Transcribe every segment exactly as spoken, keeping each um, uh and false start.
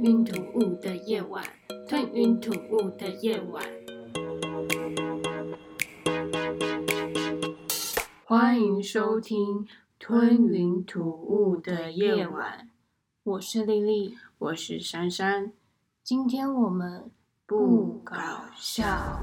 云吐雾的夜晚，吞云吐雾的夜晚。欢迎收听《吞云吐雾的夜晚》，我是丽丽， 我是珊珊。 今天我们不搞笑。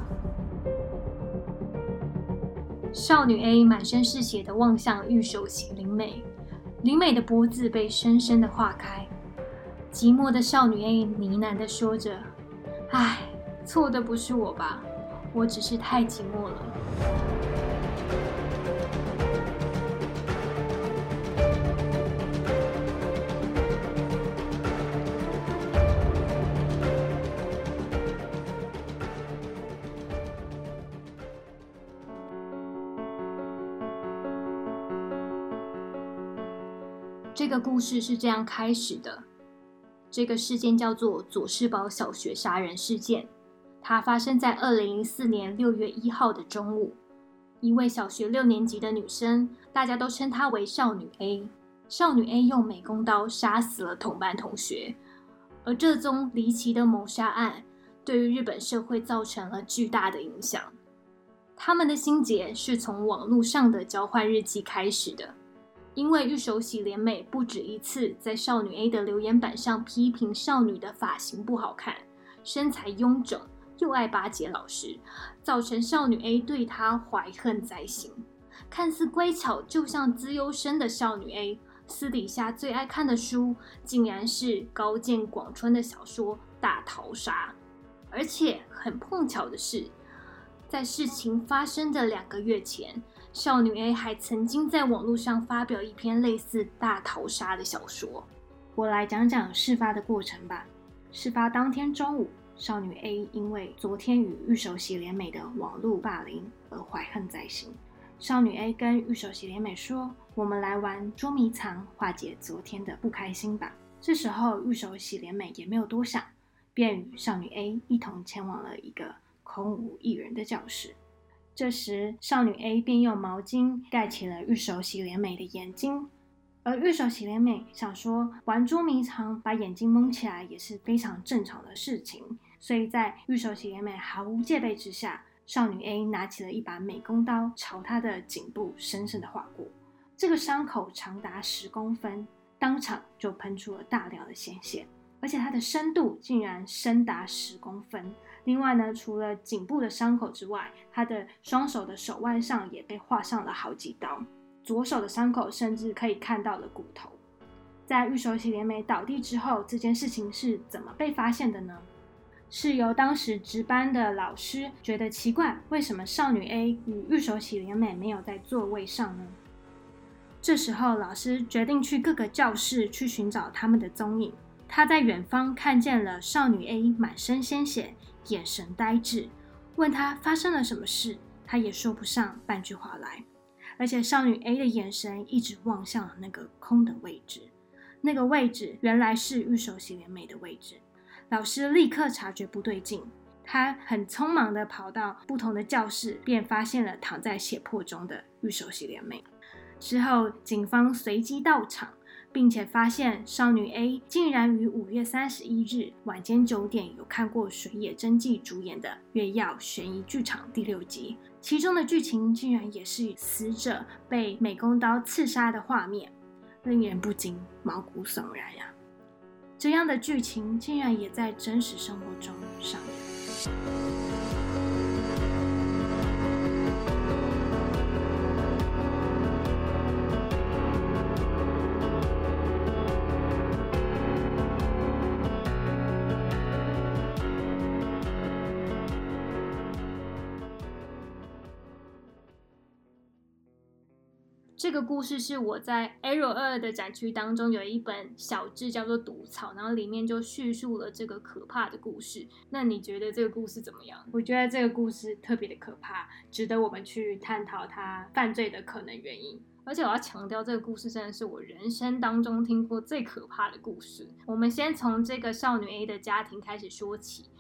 少女 A 满身是血地望向玉手洗灵美，灵美的脖子被深深地划开。寂寞的少女 A 呢喃地说着：“唉，错的不是我吧？我只是太寂寞了。”这个故事是这样开始的。这个事件叫做佐世保小学杀人事件，它发生在二零零四年六月一号的中午。一位小学六年级的女生，大家都称她为少女 A。少女 A 用美工刀杀死了同班同学，而这宗离奇的谋杀案对于日本社会造成了巨大的影响。他们的心结是从网络上的交换日记开始的。因为玉手洗怜美不止一次在少女 A 的留言板上批评少女的发型不好看，身材臃肿，又爱巴结老师，造成少女 A 对她怀恨在心。看似乖巧就像资优生的少女 A， 私底下最爱看的书竟然是高见广春的小说《大逃杀》。而且很碰巧的是，在事情发生的两个月前，少女 A 还曾经在网络上发表一篇类似大逃杀的小说。我来讲讲事发的过程吧。事发当天中午，少女 A 因为昨天与玉手洗怜美的网络霸凌而怀恨在心。少女 A 跟玉手洗怜美说：“我们来玩捉迷藏，化解昨天的不开心吧。”这时候玉手洗怜美也没有多想，便与少女 A 一同前往了一个空无一人的教室。这时少女 A 便用毛巾盖起了玉手洗怜美的眼睛，而玉手洗怜美想说玩捉迷藏把眼睛蒙起来也是非常正常的事情，所以在玉手洗怜美毫无戒备之下，少女 A 拿起了一把美工刀朝她的颈部深深的划过。这个伤口长达十公分，当场就喷出了大量的鲜血，而且它的深度竟然深达十公分。另外呢，除了颈部的伤口之外，他的双手的手腕上也被划上了好几刀，左手的伤口甚至可以看到了骨头。在玉手洗怜美倒地之后，这件事情是怎么被发现的呢？是由当时值班的老师觉得奇怪，为什么少女 A 与玉手洗怜美没有在座位上呢？这时候老师决定去各个教室去寻找他们的踪影。他在远方看见了少女 A 满身鲜血，眼神呆滞，问她发生了什么事，她也说不上半句话来。而且少女 A 的眼神一直望向了那个空的位置，那个位置原来是玉手洗怜美的位置。老师立刻察觉不对劲，他很匆忙地跑到不同的教室，便发现了躺在血泊中的玉手洗怜美。之后警方随即到场，并且发现少女 A 竟然于五月三十一日晚间九点有看过水野真纪主演的《月曜悬疑剧场》第六集，其中的剧情竟然也是死者被美工刀刺杀的画面，令人不禁毛骨悚然呀！这样的剧情竟然也在真实生活中上演。这个故事是我在 Arrow 二的展区当中有一本小志叫做《毒草》，然后里面就叙述了这个可怕的故事。那你觉得这个故事怎么样？我觉得这个故事特别的可怕，值得我们去探讨它犯罪的可能原因。而且我要强调，这个故事真的是我人生当中听过最可怕的故事。我们先从这个少女 A 的家庭开始说起。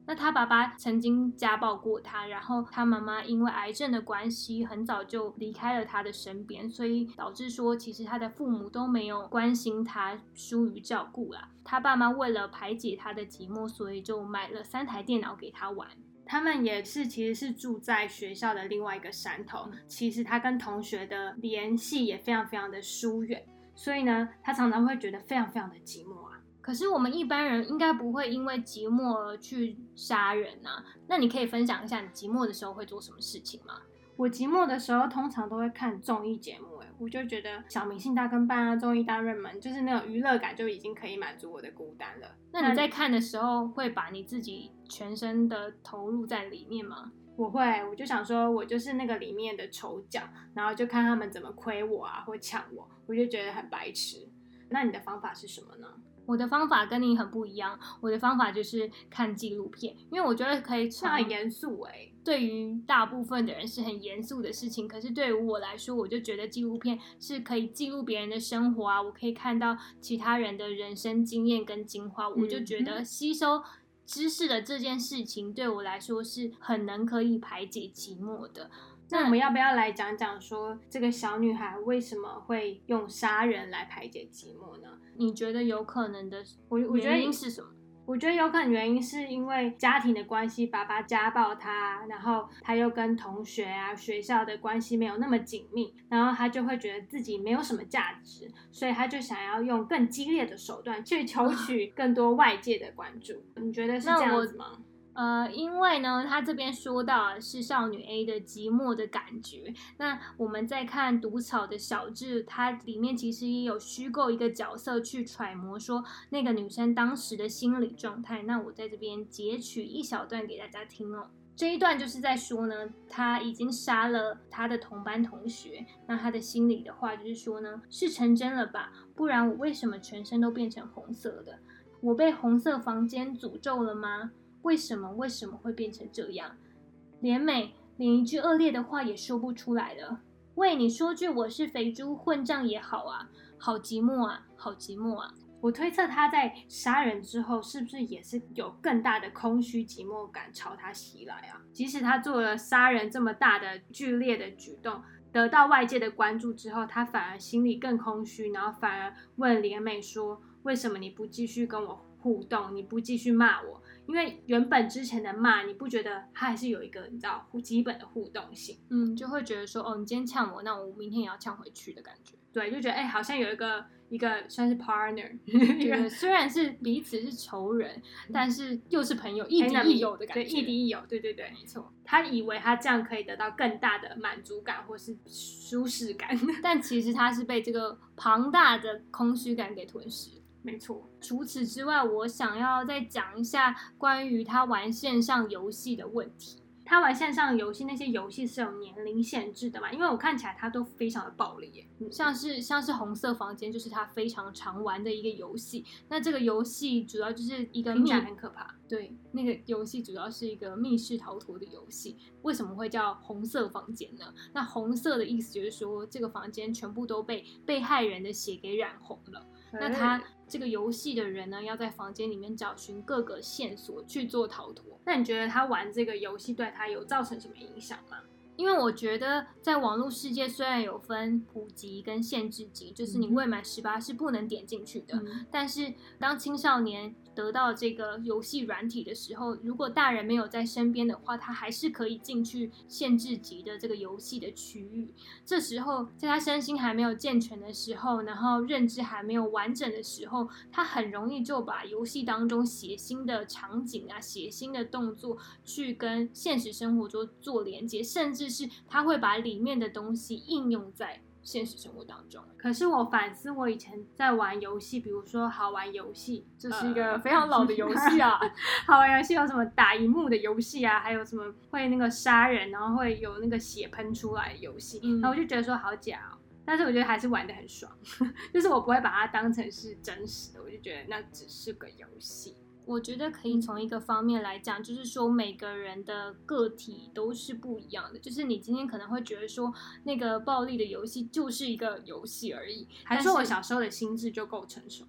那他爸爸曾经家暴过他，然后他妈妈因为癌症的关系很早就离开了他的身边，所以导致说其实他的父母都没有关心他，疏于照顾啦。他爸妈为了排解他的寂寞，所以就买了三台电脑给他玩。 他们也是其实是住在学校的另外一个山头，其实他跟同学的联系也非常非常的疏远，所以呢他常常会觉得非常非常的寂寞啊。 可是我们一般人应该不会因为寂寞而去杀人啊，那你可以分享一下你寂寞的时候会做什么事情吗？ 我寂寞的时候通常都会看综艺节目，我就觉得小明星大跟班啊，综艺大热门，就是那种娱乐感就已经可以满足我的孤单了。 那你在看的时候会把你自己全身的投入在里面吗？ 我会，我就想说我就是那个里面的丑角，然后就看他们怎么亏我啊或抢我，我就觉得很白痴。那你的方法是什么呢？ 我的方法跟你很不一样，我的方法就是看纪录片，因为我觉得可以从， 那很严肃哎。 对于大部分的人是很严肃的事情，可是对于我来说，我就觉得纪录片是可以记录别人的生活啊，我可以看到其他人的人生经验跟精华，我就觉得吸收知识的这件事情对我来说是很能可以排解寂寞的。 那我们要不要来讲讲说这个小女孩为什么会用杀人来排解寂寞呢？ 你觉得有可能的原因是什么？ 我觉得有可能原因是因为家庭的关系，爸爸家暴她，然后她又跟同学啊学校的关系没有那么紧密，然后她就会觉得自己没有什么价值，所以她就想要用更激烈的手段去求取更多外界的关注。你觉得是这样子吗？ 呃，因为呢，他这边说到的是少女 A 的寂寞的感觉。那我们在看毒草的小志，它里面其实也有虚构一个角色去揣摩说那个女生当时的心理状态。那我在这边截取一小段给大家听哦。这一段就是在说呢，他已经杀了他的同班同学。那他的心里的话就是说呢，是成真了吧？不然我为什么全身都变成红色的？我被红色房间诅咒了吗？为什么为什么会变成这样？连美连一句恶劣的话也说不出来了。喂，你说句我是肥猪混账也好啊，好寂寞啊，好寂寞啊。 我推测他在杀人之后是不是也是有更大的空虚寂寞感朝他袭来啊？即使他做了杀人这么大的剧烈的举动，得到外界的关注之后，他反而心里更空虚，然后反而问连美说，为什么你不继续跟我互动，你不继续骂我？因为原本之前的骂，你不觉得他还是有一个你知道基本的互动性？ 嗯，就会觉得说，哦，你今天呛我，那我明天也要呛回去的感觉。 对，就觉得哎、欸，好像有一个一个算是 partner， 对，虽然是彼此是仇人，但是又是朋友，亦敌亦友的感觉。 对，亦敌亦友，对对对， 没错。 他以为他这样可以得到更大的满足感或是舒适感， 但其实他是被这个庞大的空虚感给吞噬。 没错。 除此之外，我想要再讲一下关于他玩线上游戏的问题。 他玩线上游戏，那些游戏是有年龄限制的嘛？因为我看起来他都非常的暴力耶， 像是像是红色房间，就是他非常常玩的一个游戏。那这个游戏主要就是一个密， 很可怕。 对，那个游戏主要是一个密室逃脱的游戏。为什么会叫红色房间呢？那红色的意思就是说，这个房间全部都被被害人的血给染红了。那他这个游戏的人呢，要在房间里面找寻各个线索去做逃脱。 那你觉得他玩这个游戏对他有造成什么影响吗？ 因为我觉得在网络世界虽然有分普及跟限制级，就是你未满十八是不能点进去的、嗯、但是当青少年得到这个游戏软体的时候，如果大人没有在身边的话，他还是可以进去限制级的这个游戏的区域。这时候在他身心还没有健全的时候，然后认知还没有完整的时候，他很容易就把游戏当中血腥的场景啊、血腥的动作去跟现实生活中做连接，甚至是他会把里面的东西应用在现实生活当中。 可是我反思我以前在玩游戏，比如说好玩游戏， 这是一个非常老的游戏啊、呃、 好玩游戏有什么打萤幕的游戏啊，还有什么会那个杀人然后会有那个血喷出来的游戏、嗯、然后我就觉得说好假哦，但是我觉得还是玩得很爽就是我不会把它当成是真实的，我就觉得那只是个游戏。 我觉得可以从一个方面来讲，就是说每个人的个体都是不一样的，就是你今天可能会觉得说那个暴力的游戏就是一个游戏而已， 还是说我小时候的心智就够成熟？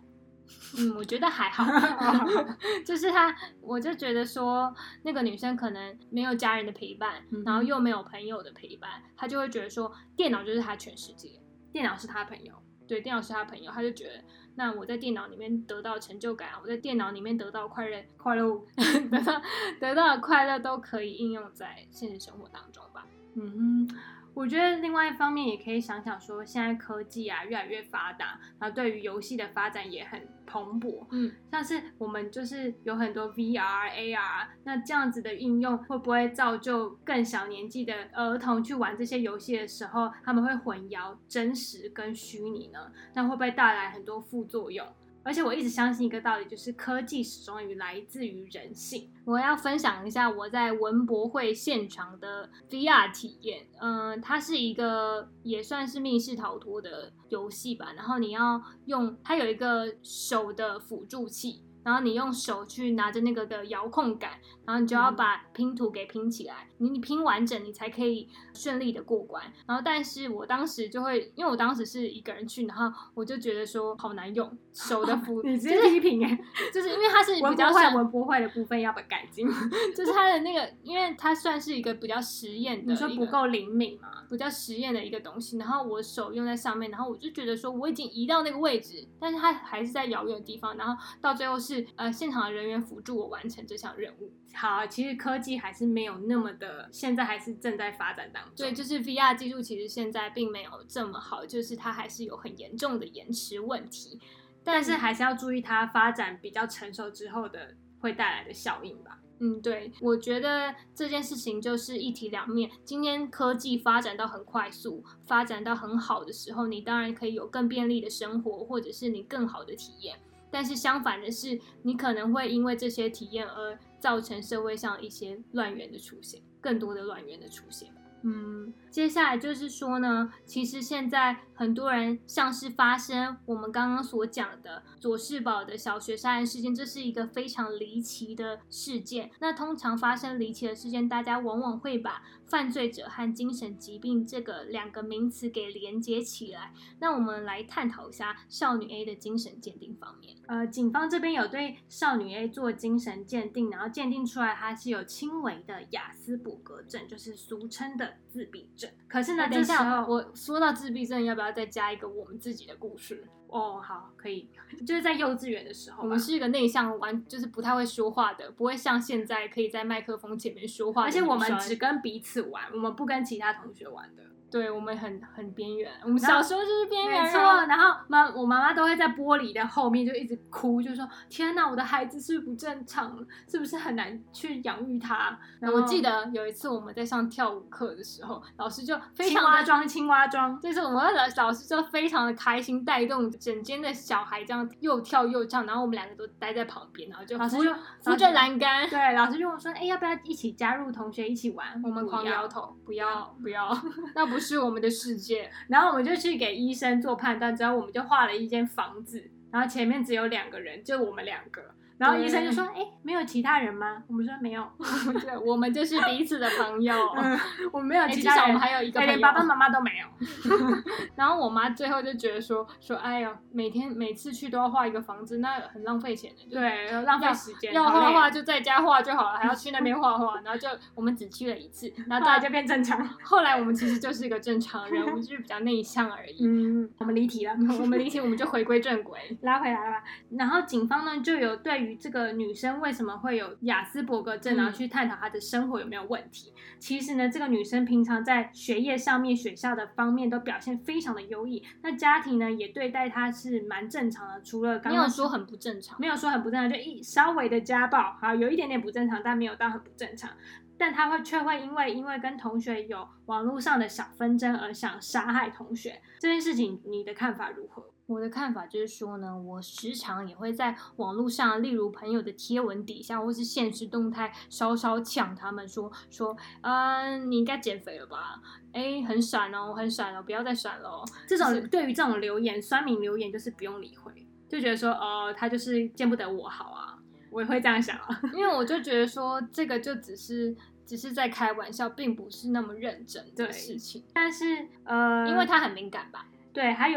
嗯，我觉得还好，就是他，我就觉得说那个女生可能没有家人的陪伴，嗯、然后又没有朋友的陪伴，她就会觉得说电脑就是她全世界， 电脑是她朋友， 对，电脑是她朋友，她就觉得那我在电脑里面得到成就感，我在电脑里面得到快乐， 快乐得到得到的快乐都可以应用在现实生活当中吧。 嗯哼。我觉得另外一方面也可以想想说，现在科技啊越来越发达，然后对于游戏的发展也很蓬勃。 嗯， 像是我们就是有很多 V R、A R， 那这样子的应用会不会造就更小年纪的儿童去玩这些游戏的时候，他们会混淆真实跟虚拟呢？那会不会带来很多副作用？而且我一直相信一个道理，就是科技始终于来自于人性。 我要分享一下我在文博会现场的 V R 体验。嗯，它是一个也算是密室逃脱的游戏吧。然后你要用它有一个手的辅助器，然后你用手去拿着那个的遥控杆，然后你就要把拼图给拼起来。你你拼完整，你才可以顺利的过关。然后，但是我当时就会，因为我当时是一个人去，然后我就觉得说好难用手的辅， 你直接批评哎， 就是因为它是比较像文博会的部分要不要改进？ 就是它的那个，因为它算是一个比较实验的， 你说不够灵敏嘛？ 比较实验的一个东西。然后我手用在上面，然后我就觉得说我已经移到那个位置，但是它还是在遥远的地方。然后到最后是呃现场的人员辅助我完成这项任务。 好，其实科技还是没有那么的，现在还是正在发展当中。 对，就是 V R 技术其实现在并没有这么好，就是它还是有很严重的延迟问题。 但是还是要注意它发展比较成熟之后的会带来的效应吧。 嗯，对，我觉得这件事情就是一体两面。今天科技发展到很快速，发展到很好的时候，你当然可以有更便利的生活，或者是你更好的体验。但是相反的是，你可能会因为这些体验而造成社会上一些乱源的出现，更多的乱源的出现。嗯，接下来就是说呢，其实现在很多人像是发生我们刚刚所讲的佐世保的小学杀人事件，这是一个非常离奇的事件。那通常发生离奇的事件，大家往往会把犯罪者和精神疾病这个两个名词给连接起来。那我们来探讨一下少女 A 的精神鉴定方面。 呃，警方这边有对少女 A 做精神鉴定，然后鉴定出来她是有轻微的亚斯伯格症，就是俗称的自闭症。可是呢， 等一下， 我我说到自闭症，要不要再加一个我们自己的故事？ 哦，好，可以，就是在幼稚园的时候， 我们是一个内向完，就是不太会说话的，不会像现在可以在麦克风前面说话的， 而且我们只跟彼此玩，我们不跟其他同学玩的。 对，我们很很边缘，我们小时候就是边缘人。 没错，然后妈，我妈妈都会在玻璃的后面就一直哭，就说：“天哪，我的孩子是不是不正常？是不是很难去养育他？”然后我记得有一次我们在上跳舞课的时候，老师就非常青蛙装，青蛙装， 就是我们的老师就非常的开心，带动整间的小孩这样又跳又唱，然后我们两个都待在旁边，然后就老师就扶着栏杆， 对，老师就问我说：“哎、欸，要不要一起加入同学一起玩？” 我们狂摇头，不要不要，那不是我们的世界。 然后我们就去给医生做判断，之后我们就画了一间房子，然后前面只有两个人，就我们两个。然后医生就说：“哎、欸，没有其他人吗？”我们说没有， 对，我们就是彼此的朋友。 嗯，我们没有其他人， 欸、至少我们还有一个朋友， 连爸爸妈妈都没有。 然后我妈最后就觉得说说，哎呀，每天每次去都要画一个房子，那很浪费钱的。 对，浪费时间。 要画画就在家画就好了，还要去那边画画。然后就我们只去了一次，然后后来就变正常。 后来我们其实就是一个正常人，我们就是比较内向而已。 嗯，我们离题了， 我们离题，我们就回归正轨， 拉回来了吧。然后警方呢就有对于这个女生为什么会有亚斯伯格症，然后去探讨她的生活有没有问题。嗯、其实呢，这个女生平常在学业上面、学校的方面都表现非常的优异，那家庭呢也对待她是蛮正常的，除了刚刚没有说很不正常， 没有说很不正常，就一稍微的家暴，好有一点点不正常，但没有到很不正常。但他会却会因为因为跟同学有网络上的小纷争而想杀害同学，这件事情你的看法如何？ 我的看法就是说呢，我时常也会在网络上，例如朋友的贴文底下或是现实动态稍稍呛他们说说，呃，你应该减肥了吧？哎，很闪哦，很闪哦，不要再闪了哦。 这种、就是、对于这种留言，酸民留言就是不用理会，就觉得说，哦、呃，他就是见不得我好啊。我也会这样想啊， 因为我就觉得说这个就只是只是在开玩笑，并不是那么认真的事情。 但是呃， 因为他很敏感吧， 对，他有点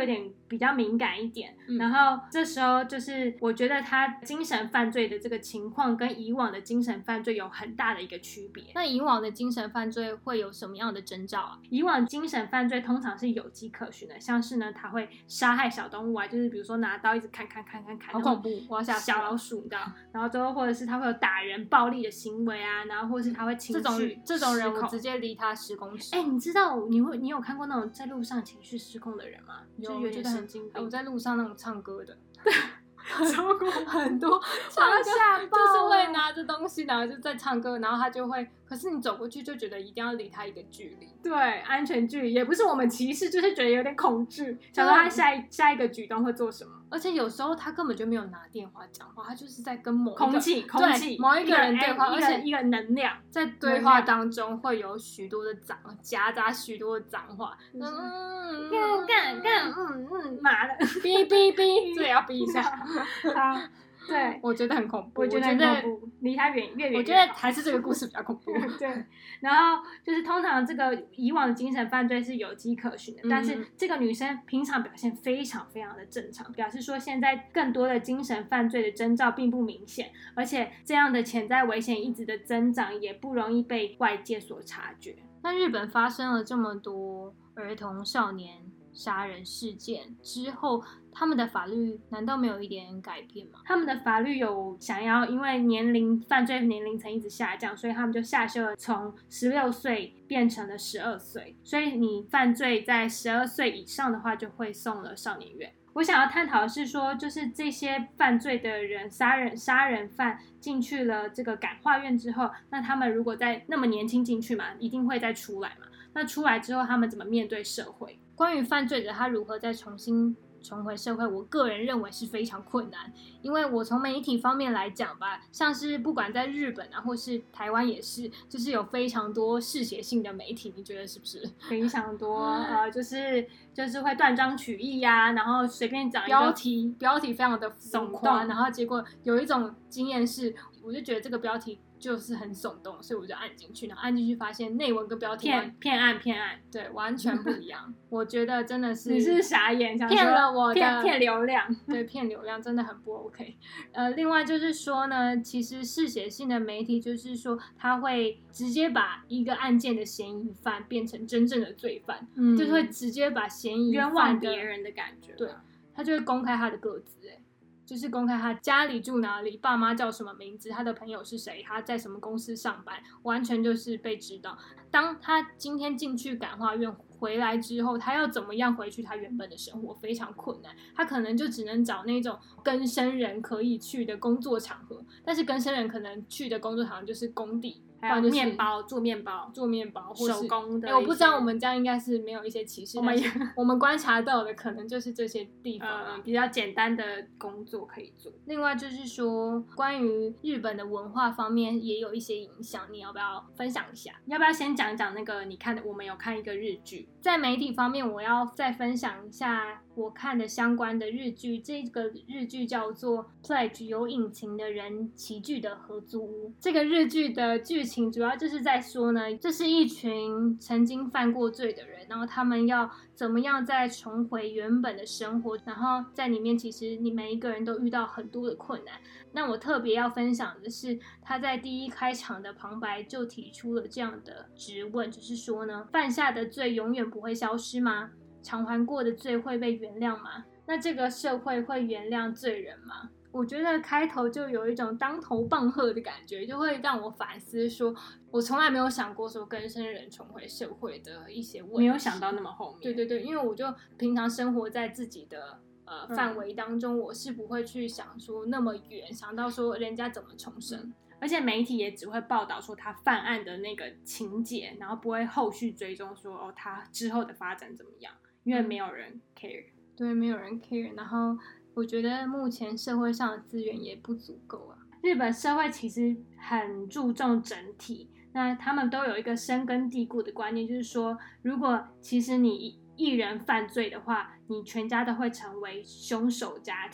比较敏感一点、嗯、然后这时候就是我觉得他精神犯罪的这个情况跟以往的精神犯罪有很大的一个区别。 那以往的精神犯罪会有什么样的征兆啊？ 以往精神犯罪通常是有迹可循的，像是呢他会杀害小动物啊，就是比如说拿刀一直砍砍砍砍砍， 好恐怖，我要吓小老鼠的，然后之后或者是他会有打人暴力的行为啊，然后或者是他会情绪这种这种人我直接离他十公尺。 哎、欸，你知道你会你有看过那种在路上情绪失控的人吗？ 有， 就有点神经病。 我在路上那种唱歌的， 超过很多唱歌吓爆， 就是会拿着东西，然后就在唱歌，然后他就会，可是你走过去就觉得一定要离他一个距离， 对，安全距离，也不是我们歧视，就是觉得有点恐惧，想说他下一下一个举动会做什么。 而且有时候他根本就没有拿电话讲话，他就是在跟某一个空气空气某一个人对话， 而且一个能量在对话当中会有许多的脏夹杂许多的脏话， 嗯干干干嗯嗯妈的， 哔哔哔，这也要哔一下。 好，对， 我觉得很恐怖， 我觉得很恐怖，离他远越远。 我觉得还是这个故事比较恐怖。 对，然后就是通常这个以往的精神犯罪是有迹可循的、嗯，但是这个女生平常表现非常非常的正常，表示说现在更多的精神犯罪的征兆并不明显，而且这样的潜在危险一直的增长，也不容易被外界所察觉。 那日本发生了这么多儿童少年杀人事件之后，他们的法律难道没有一点改变吗？ 他们的法律有想要，因为年龄犯罪年龄层一直下降，所以他们就下修了，从十六岁变成了十二岁。所以你犯罪在十二岁以上的话，就会送了少年院。我想要探讨的是说，就是这些犯罪的人，杀人杀人犯进去了这个感化院之后，那他们如果在那么年轻进去嘛，一定会再出来嘛。那出来之后，他们怎么面对社会？ 关于犯罪者他如何再重新重回社会，我个人认为是非常困难，因为我从媒体方面来讲吧，像是不管在日本啊，或是台湾也是，就是有非常多嗜血性的媒体，你觉得是不是？ 非常多，呃，就是就是会断章取义呀、啊，然后随便讲一个标题，标题非常的耸动， 动，然后结果有一种经验是，我就觉得这个标题就是很耸动，所以我就按进去，然后按进去发现内文跟标题骗骗案骗案， 对，完全不一样。我觉得真的是你是傻眼， 骗了我的骗骗流量， 对，骗流量真的很不 OK。呃，另外就是说呢，其实嗜血性的媒体就是说，他会直接把一个案件的嫌疑犯变成真正的罪犯，嗯，就是会直接把嫌疑犯冤枉别人的感觉， 对，他就会公开他的个资，哎。就是公开他家里住哪里，爸妈叫什么名字，他的朋友是谁，他在什么公司上班，完全就是被知道。当他今天进去感化院回来之后，他要怎么样回去他原本的生活非常困难，他可能就只能找那种更生人可以去的工作场合，但是更生人可能去的工作场合就是工地， 还有面包做面包做面包或是手工的、 欸、我不知道我们家应该是没有一些歧视， 我们我们观察到的可能就是这些地方、啊呃、比较简单的工作可以做。 另外就是说关于日本的文化方面也有一些影响，你要不要分享一下？ 要不要先讲讲那个你看的，我们有看一个日剧。 在媒体方面我要再分享一下我看的相关的日剧，这个日剧叫做 Pledge 有引擎的人齐聚的合租屋。这个日剧的剧情主要就是在说呢，这是一群曾经犯过罪的人，然后他们要怎么样再重回原本的生活，然后在里面其实你每一个人都遇到很多的困难。那我特别要分享的是，他在第一开场的旁白就提出了这样的质问，就是说呢，犯下的罪永远不会消失吗？偿还过的罪会被原谅吗？那这个社会会原谅罪人吗？我觉得开头就有一种当头棒喝的感觉，就会让我反思说，我从来没有想过说更生人重回社会的一些问题， 没有想到那么后面。 对对对，因为我就平常生活在自己的呃范围当中、嗯，我是不会去想说那么远，想到说人家怎么重生。嗯， 而且媒体也只会报道说他犯案的那个情节，然后不会后续追踪说哦他之后的发展怎么样，因为没有人 care。 对，没有人 care。然后我觉得目前社会上的资源也不足够啊。 日本社会其实很注重整体，那他们都有一个深根蒂固的观念，就是说如果其实你一人犯罪的话，你全家都会成为凶手家庭。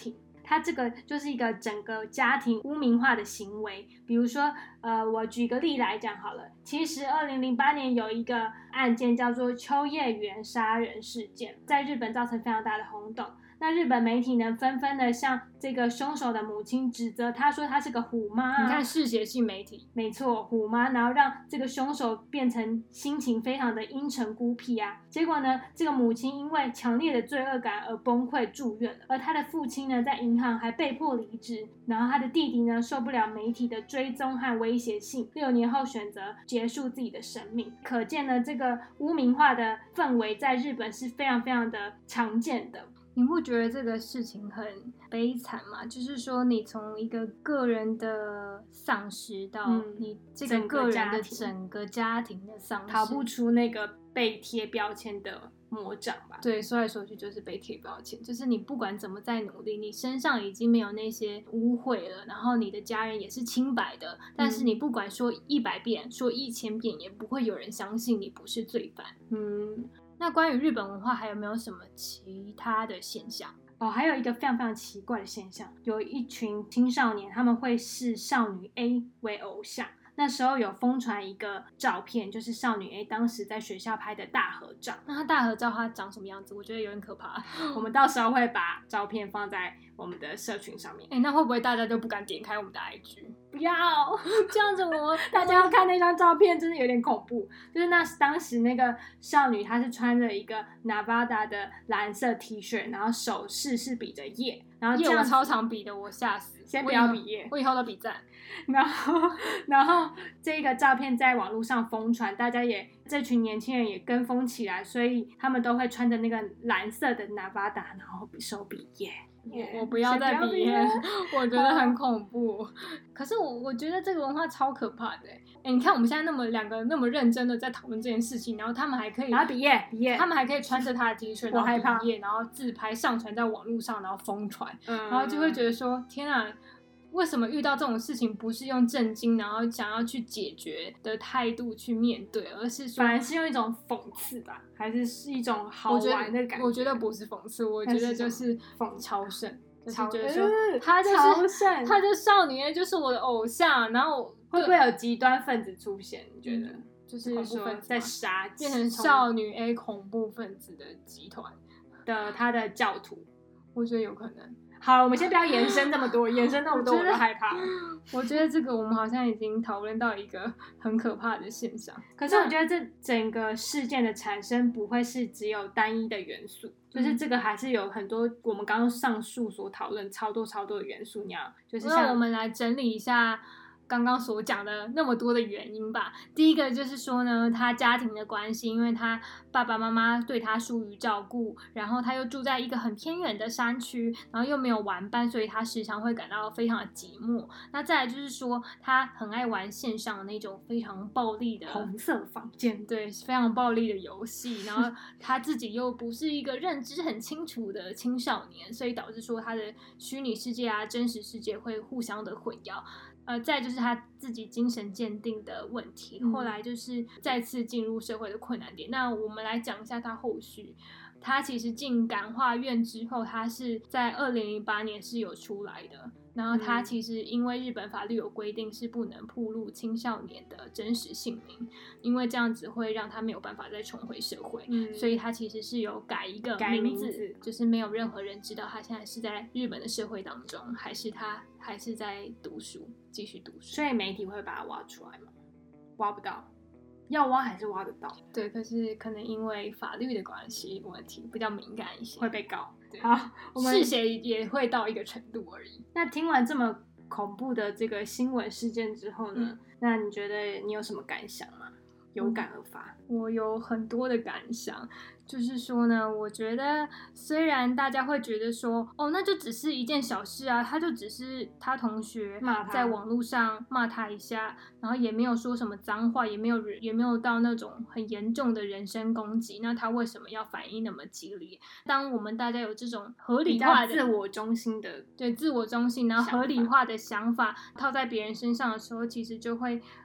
它这个就是一个整个家庭污名化的行为。比如说呃，我举个例来讲好了，其实二零零八年有一个案件叫做秋叶原杀人事件，在日本造成非常大的轰动。那日本媒体呢，纷纷的向这个凶手的母亲指责他，说他是个虎妈、啊。 你看嗜血性媒体， 没错，虎妈，然后让这个凶手变成心情非常的阴沉孤僻啊。结果呢，这个母亲因为强烈的罪恶感而崩溃住院了，而他的父亲呢，在银行还被迫离职。然后他的弟弟呢，受不了媒体的追踪和威胁性，六年后选择结束自己的生命。可见呢，这个污名化的氛围在日本是非常非常的常见的。 你不觉得这个事情很悲惨吗？就是说，你从一个个人的丧失到你这个个人的整个家庭的丧失， 逃不出那个被贴标签的魔掌吧。 对，说来说去就是被贴标签，就是你不管怎么再努力，你身上已经没有那些污秽了，然后你的家人也是清白的，但是你不管说一百遍，说一千遍，也不会有人相信你不是罪犯。 嗯。 那关于日本文化还有没有什么其他的现象？ 哦，还有一个非常非常奇怪的现象，有一群青少年他们会视少女 A 为偶像。那时候有疯传一个照片，就是少女 A 当时在学校拍的大合照。 那她大合照她长什么样子？我觉得有点可怕。 我们到时候会把照片放在我们的社群上面。 哎、欸，那会不会大家就不敢点开我们的 I G？ 不要这样子我，我大家要看那张照片，真的有点恐怖。就是那当时那个少女，她是穿着一个 Nevada 的蓝色 T 恤，然后手势是比着耶，然后这样耶我超常比的，我吓死。 先不要比耶， 我以后都比赞。 然后，然后这个照片在网络上疯传，大家也这群年轻人也跟风起来，所以他们都会穿着那个蓝色的 Nevada， 然后手比耶。 我我不要再比耶，我觉得很恐怖。可是我我觉得这个文化超可怕的。哎，你看我们现在那么两个那么认真的在讨论这件事情，然后他们还可以， 然后比耶比耶， 他们还可以穿着他的 T 恤， 我害怕， 比耶，然后自拍上传在网络上，然后疯传， 嗯、 然后就会觉得说，天啊！为什么遇到这种事情不是用震惊然后想要去解决的态度去面对，而是说反而是用一种讽刺吧，还是是一种好玩的感觉？ 我觉得不是讽刺，我觉得就是超胜，就是觉得说他就是他就少女 A 就是我的偶像，然后会不会有极端分子出现？你觉得？ 嗯、就是说在杀， 变成少女 A 恐怖分子的集团的他的教徒， 我觉得有可能。 好，我们先不要延伸那么多，延伸那么多我都害怕。 我觉得这个我们好像已经讨论到一个很可怕的现象。 可是我觉得这整个事件的产生不会是只有单一的元素，嗯、就是这个还是有很多我们刚刚上述所讨论超多超多的元素。你要就是像我们来整理一下刚刚所讲的那么多的原因吧。第一个就是说呢，他家庭的关系，因为他爸爸妈妈对他疏于照顾，然后他又住在一个很偏远的山区，然后又没有玩伴，所以他时常会感到非常的寂寞。那再来就是说，他很爱玩线上的那种非常暴力的红色房间， 对，非常暴力的游戏。然后他自己又不是一个认知很清楚的青少年，所以导致说他的虚拟世界啊、真实世界会互相的混淆。呃，再就是他自己精神鉴定的问题， 嗯、 后来就是再次进入社会的困难点。那我们来讲一下他后续。他其实进感化院之后，他是在二零零八年是有出来的。然后他其实因为日本法律有规定是不能暴露青少年的真实姓名，因为这样子会让他没有办法再重回社会， 嗯、 所以他其实是有改一个名字， 名字就是没有任何人知道他现在是在日本的社会当中，还是他还是在读书，继续读书。 所以媒体会把他挖出来吗？挖不到。要挖还是挖得到？ 对，可是可能因为法律的关系问题比较敏感一些， 会被告。 对， 好，我们嗜血也会到一个程度而已。 那听完这么恐怖的这个新闻事件之后呢、 嗯、 那你觉得你有什么感想吗？有感而发、 嗯、我有很多的感想，就是说呢，我觉得虽然大家会觉得说，哦，那就只是一件小事啊，他就只是他同学在网络上骂他一下，然后也没有说什么脏话，也没有也没有到那种很严重的人身攻击，那他为什么要反应那么激烈？当我们大家有这种合理化的自我中心的对自我中心，然后合理化的想法套在别人身上的时候，其实就会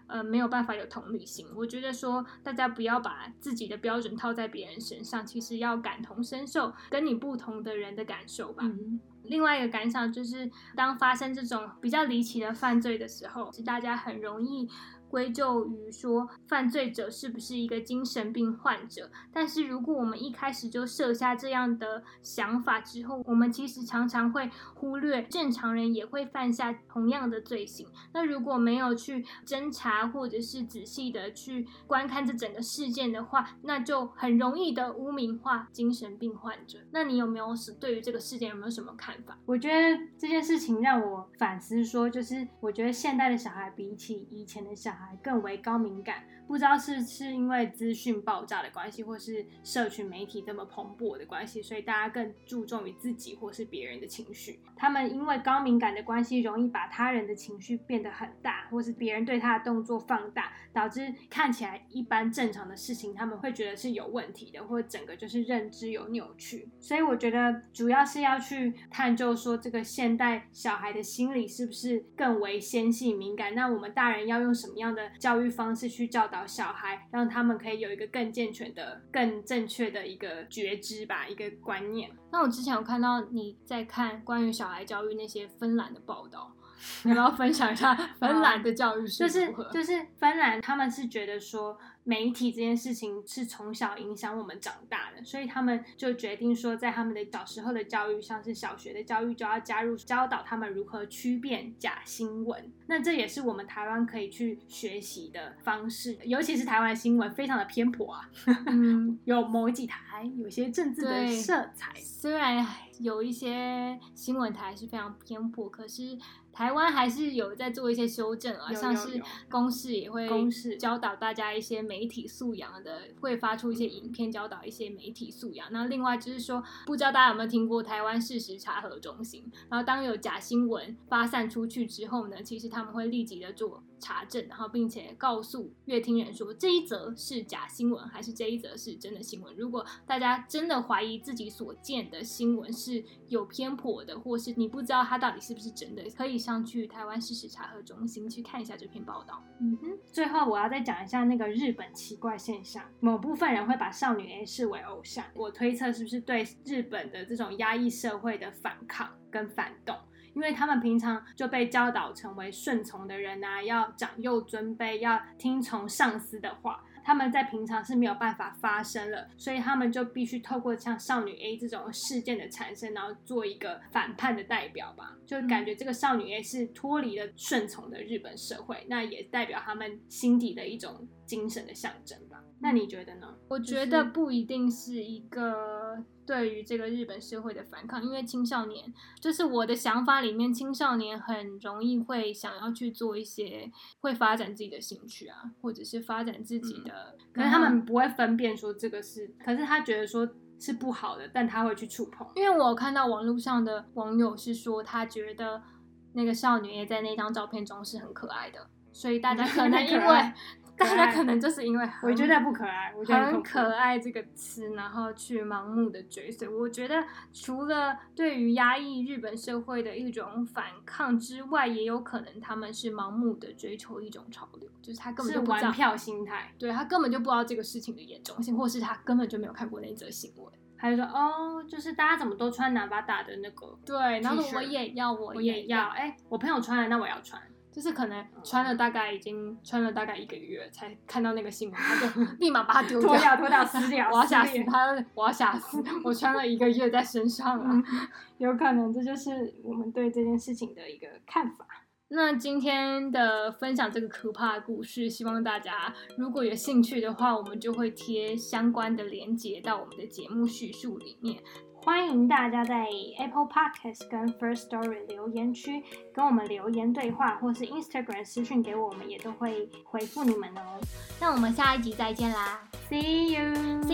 呃没有办法有同理心。我觉得说大家不要把自己的标准套在别人身上，其实要感同身受跟你不同的人的感受吧。 嗯， 另外一个感想就是，当发生这种比较离奇的犯罪的时候，大家很容易归咎于说犯罪者是不是一个精神病患者，但是如果我们一开始就设下这样的想法之后，我们其实常常会忽略正常人也会犯下同样的罪行。那如果没有去侦查或者是仔细的去观看这整个事件的话，那就很容易的污名化精神病患者。那你有没有对于这个事件有没有什么看法？ 我觉得这件事情让我反思说，就是我觉得现代的小孩比起以前的小孩更为高敏感，不知道是是因为资讯爆炸的关系，或是社群媒体这么蓬勃的关系，所以大家更注重于自己或是别人的情绪。他们因为高敏感的关系，容易把他人的情绪变得很大，或是别人对他的动作放大，导致看起来一般正常的事情他们会觉得是有问题的，或者整个就是认知有扭曲。所以我觉得主要是要去探究说这个现代小孩的心理是不是更为纤细敏感，那我们大人要用什么样的教育方式去教导小孩，让他们可以有一个更健全的更正确的一个觉知吧，一个观念。 那我之前有看到你在看关于小孩教育那些芬兰的报道，你要不要分享一下芬兰的教育是如何？ 就是就是芬兰他们是觉得说媒体这件事情是从小影响我们长大的，所以他们就决定说在他们的小时候的教育，像是小学的教育就要加入教导他们如何区辨假新闻。那这也是我们台湾可以去学习的方式，尤其是台湾的新闻非常的偏颇啊，嗯，有某几台有些政治的色彩， 虽然有一些新闻台是非常偏颇，可是台湾还是有在做一些修正啊，像是公视也会教导大家一些媒体素养的，会发出一些影片教导一些媒体素养。那另外就是说，不知道大家有没有听过台湾事实查核中心，然后当有假新闻发散出去之后呢，其实他们会立即的做查证，然后并且告诉乐听人说这一则是假新闻还是这一则是真的新闻。如果大家真的怀疑自己所见的新闻是有偏颇的，或是你不知道它到底是不是真的，可以上去台湾事实查核中心去看一下这篇报道。 嗯哼，最后我要再讲一下那个日本奇怪现象，某部分人会把少女 A 视为偶像，我推测是不是对日本的这种压抑社会的反抗跟反动，因为他们平常就被教导成为顺从的人啊，要长幼尊卑，要听从上司的话，他们在平常是没有办法发声了，所以他们就必须透过像少女 A 这种事件的产生，然后做一个反叛的代表吧，就感觉这个少女 A 是脱离了顺从的日本社会，那也代表他们心底的一种精神的象征吧。那你觉得呢？ 我觉得不一定是一个对于这个日本社会的反抗，因为青少年就是我的想法里面，青少年很容易会想要去做一些会发展自己的兴趣啊，或者是发展自己的、 嗯、可是他们不会分辨说这个是，可是他觉得说是不好的，但他会去触碰。 因为我看到网络上的网友是说他觉得那个少女也在那张照片中是很可爱的，所以大家可能因为大家可能就是因为我觉得不可爱，我觉得很可爱这个词，然后去盲目的追随。我觉得除了对于压抑日本社会的一种反抗之外，也有可能他们是盲目的追求一种潮流，就是他根本就不知道， 是玩票心态， 对，他根本就不知道这个事情的严重性，或是他根本就没有看过那则新闻。 他就说哦，就是大家怎么都穿南巴达的那个， 对，然后我也要，我我也要，哎，我朋友穿了，那我要穿。 就是可能穿了大概已经穿了大概一个月才看到那个新闻，他就立马把它丢掉， 脱掉脱掉撕掉， 我要吓死他，我要吓死，我穿了一个月在身上啊、嗯， 有可能这就是我们对这件事情的一个看法。 那今天的分享这个可怕的故事，希望大家如果有兴趣的话，我们就会贴相关的连结到我们的节目叙述里面。 欢迎大家在 Apple Podcast 跟 First Story 留言区跟我们留言对话，或是 Instagram 私讯给我们，也都会回复你们哦。 那我们下一集再见啦 ，See you。